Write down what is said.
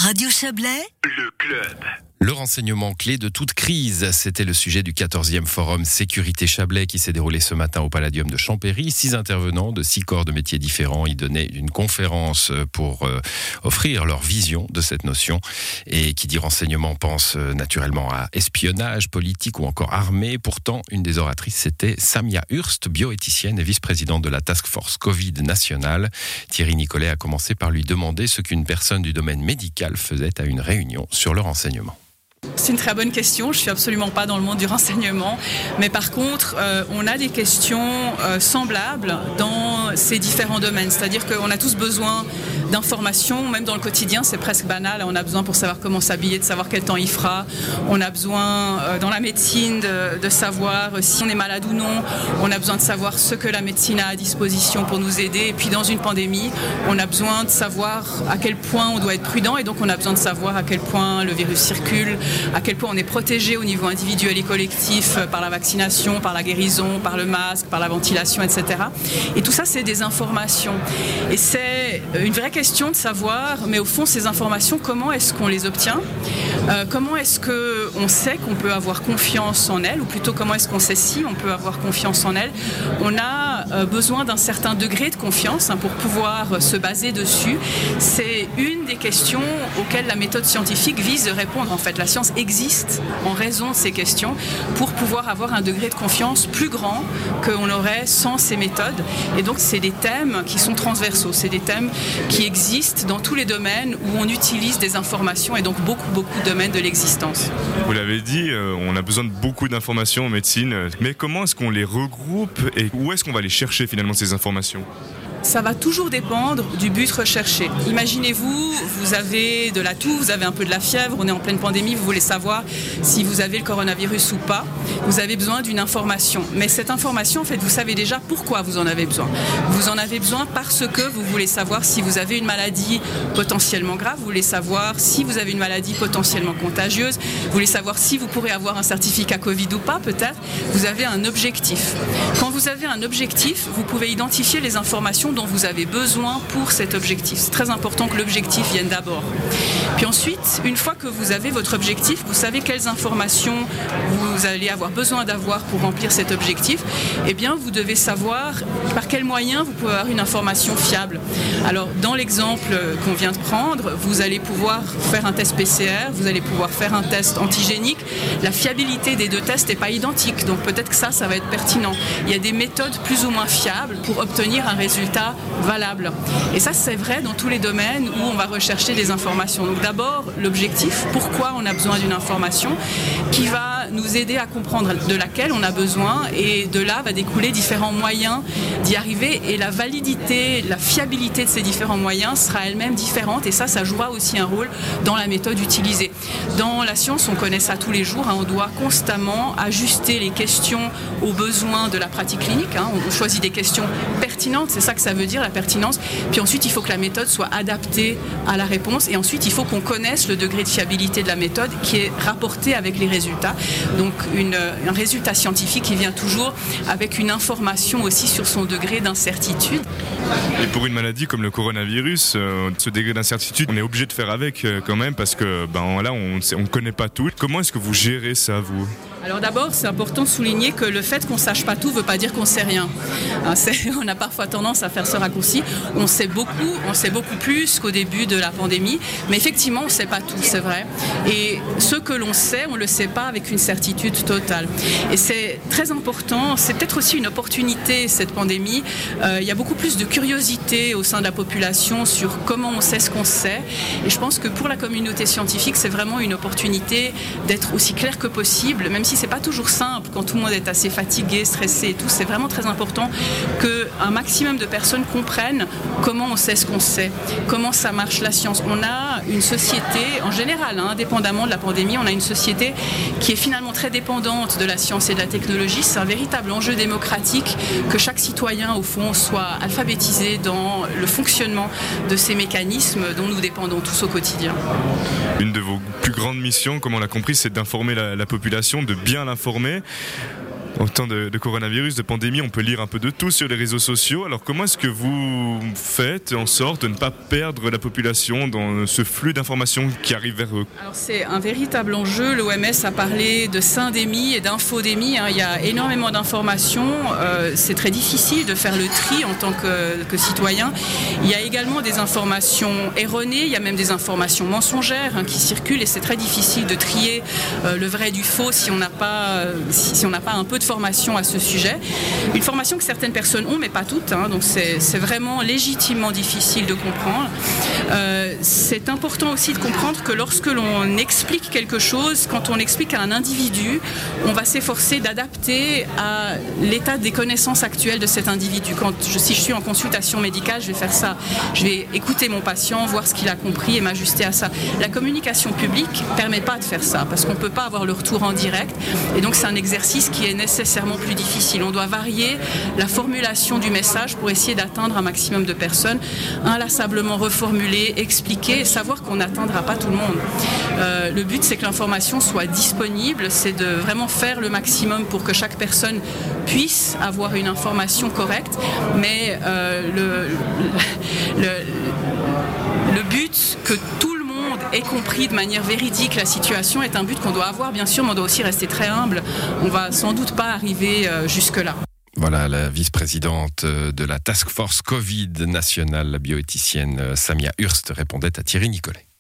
Radio Chablais, le club. Le renseignement clé de toute crise, c'était le sujet du 14e forum Sécurité Chablais qui s'est déroulé ce matin au Palladium de Champéry. 6 intervenants de 6 corps de métiers différents y donnaient une conférence pour offrir leur vision de cette notion. Et qui dit renseignement pense naturellement à espionnage, politique ou encore armée. Pourtant, une des oratrices, c'était Samia Hurst, bioéthicienne et vice-présidente de la Task Force Covid nationale. Thierry Nicolet a commencé par lui demander ce qu'une personne du domaine médical faisait à une réunion sur le renseignement. C'est une très bonne question, je ne suis absolument pas dans le monde du renseignement, mais par contre, on a des questions semblables dans ces différents domaines, c'est-à-dire qu'on a tous besoin d'informations, même dans le quotidien, c'est presque banal, on a besoin pour savoir comment s'habiller, de savoir quel temps il fera, on a besoin dans la médecine de savoir si on est malade ou non, on a besoin de savoir ce que la médecine a à disposition pour nous aider, et puis dans une pandémie, on a besoin de savoir à quel point on doit être prudent, et donc on a besoin de savoir à quel point le virus circule, à quel point on est protégé au niveau individuel et collectif par la vaccination, par la guérison, par le masque, par la ventilation, etc. Et tout ça, c'est des informations. Et c'est une vraie question de savoir, mais au fond, ces informations, comment est-ce qu'on les obtient ? Comment est-ce qu'on sait qu'on peut avoir confiance en elles ? Ou plutôt, comment est-ce qu'on sait si on peut avoir confiance en elles ? On a besoin d'un certain degré de confiance pour pouvoir se baser dessus. C'est une des questions auxquelles la méthode scientifique vise de répondre. En fait, la science existe en raison de ces questions pour pouvoir avoir un degré de confiance plus grand qu'on aurait sans ces méthodes. Et donc, c'est des thèmes qui sont transversaux. C'est des thèmes qui existent dans tous les domaines où on utilise des informations et donc beaucoup de domaines de l'existence. Vous l'avez dit, on a besoin de beaucoup d'informations en médecine. Mais comment est-ce qu'on les regroupe et où est-ce qu'on va les chercher finalement ces informations ? Ça va toujours dépendre du but recherché. Imaginez-vous, vous avez de la toux, vous avez un peu de la fièvre, on est en pleine pandémie, vous voulez savoir si vous avez le coronavirus ou pas. Vous avez besoin d'une information. Mais cette information, en fait, vous savez déjà pourquoi vous en avez besoin. Vous en avez besoin parce que vous voulez savoir si vous avez une maladie potentiellement grave, vous voulez savoir si vous avez une maladie potentiellement contagieuse, vous voulez savoir si vous pourrez avoir un certificat Covid ou pas, peut-être. Vous avez un objectif. Quand vous avez un objectif, vous pouvez identifier les informations dont vous avez besoin pour cet objectif. C'est très important que l'objectif vienne d'abord. Puis ensuite, une fois que vous avez votre objectif, vous savez quelles informations vous allez avoir besoin d'avoir pour remplir cet objectif, eh bien vous devez savoir par quels moyens vous pouvez avoir une information fiable. Alors dans l'exemple qu'on vient de prendre, vous allez pouvoir faire un test PCR, vous allez pouvoir faire un test antigénique. La fiabilité des deux tests n'est pas identique, donc peut-être que ça va être pertinent. Il y a des méthodes plus ou moins fiables pour obtenir un résultat valable. Et ça, c'est vrai dans tous les domaines où on va rechercher des informations. Donc d'abord, l'objectif, pourquoi on a besoin d'une information qui va nous aider à comprendre de laquelle on a besoin, et de là va découler différents moyens d'y arriver, et la validité, la fiabilité de ces différents moyens sera elle-même différente, et ça jouera aussi un rôle dans la méthode utilisée. Dans la science, on connaît ça tous les jours, on doit constamment ajuster les questions aux besoins de la pratique clinique, on choisit des questions pertinentes, c'est ça que ça veut dire, la pertinence. Puis ensuite, il faut que la méthode soit adaptée à la réponse, et ensuite, il faut qu'on connaisse le degré de fiabilité de la méthode qui est rapporté avec les résultats. Donc, un résultat scientifique qui vient toujours avec une information aussi sur son degré d'incertitude. Et pour une maladie comme le coronavirus, ce degré d'incertitude, on est obligé de faire avec quand même, parce que là, on ne connaît pas tout. Comment est-ce que vous gérez ça, vous ? Alors d'abord, c'est important de souligner que le fait qu'on ne sache pas tout ne veut pas dire qu'on ne sait rien. On a parfois tendance à faire ce raccourci. On sait beaucoup plus qu'au début de la pandémie, mais effectivement, on ne sait pas tout, c'est vrai. Et ce que l'on sait, on ne le sait pas avec une certitude totale. Et c'est très important, c'est peut-être aussi une opportunité, cette pandémie. Il y a beaucoup plus de curiosité au sein de la population sur comment on sait ce qu'on sait. Et je pense que pour la communauté scientifique, c'est vraiment une opportunité d'être aussi clair que possible, même si c'est pas toujours simple quand tout le monde est assez fatigué, stressé et tout. C'est vraiment très important qu'un maximum de personnes comprennent comment on sait ce qu'on sait, comment ça marche la science. On a une société, en général, indépendamment de la pandémie, on a une société qui est finalement très dépendante de la science et de la technologie. C'est un véritable enjeu démocratique que chaque citoyen, au fond, soit alphabétisé dans le fonctionnement de ces mécanismes dont nous dépendons tous au quotidien. Une de vos plus grandes missions, comme on l'a compris, c'est d'informer la population, de bien l'informer. En temps de coronavirus, de pandémie, on peut lire un peu de tout sur les réseaux sociaux. Alors comment est-ce que vous faites en sorte de ne pas perdre la population dans ce flux d'informations qui arrive vers eux? Alors c'est un véritable enjeu. L'OMS a parlé de syndémie et d'infodémie. Il y a énormément d'informations. C'est très difficile de faire le tri en tant que citoyen. Il y a également des informations erronées. Il y a même des informations mensongères qui circulent et c'est très difficile de trier le vrai du faux si on n'a pas un peu de formation à ce sujet. Une formation que certaines personnes ont, mais pas toutes, donc c'est vraiment légitimement difficile de comprendre. C'est important aussi de comprendre que lorsque l'on explique quelque chose, quand on explique à un individu, on va s'efforcer d'adapter à l'état des connaissances actuelles de cet individu. Si je suis en consultation médicale, je vais faire ça. Je vais écouter mon patient, voir ce qu'il a compris et m'ajuster à ça. La communication publique ne permet pas de faire ça parce qu'on ne peut pas avoir le retour en direct et donc c'est un exercice qui est nécessairement plus difficile. On doit varier la formulation du message pour essayer d'atteindre un maximum de personnes, inlassablement reformuler, expliquer et savoir qu'on n'atteindra pas tout le monde. Le but, c'est que l'information soit disponible, c'est de vraiment faire le maximum pour que chaque personne puisse avoir une information correcte, mais le but que tout le monde ait compris de manière véridique la situation est un but qu'on doit avoir, bien sûr, mais on doit aussi rester très humble. On va sans doute pas arriver jusque-là. Voilà, la vice-présidente de la Task Force Covid nationale, la bioéthicienne Samia Hurst, répondait à Thierry Nicolet.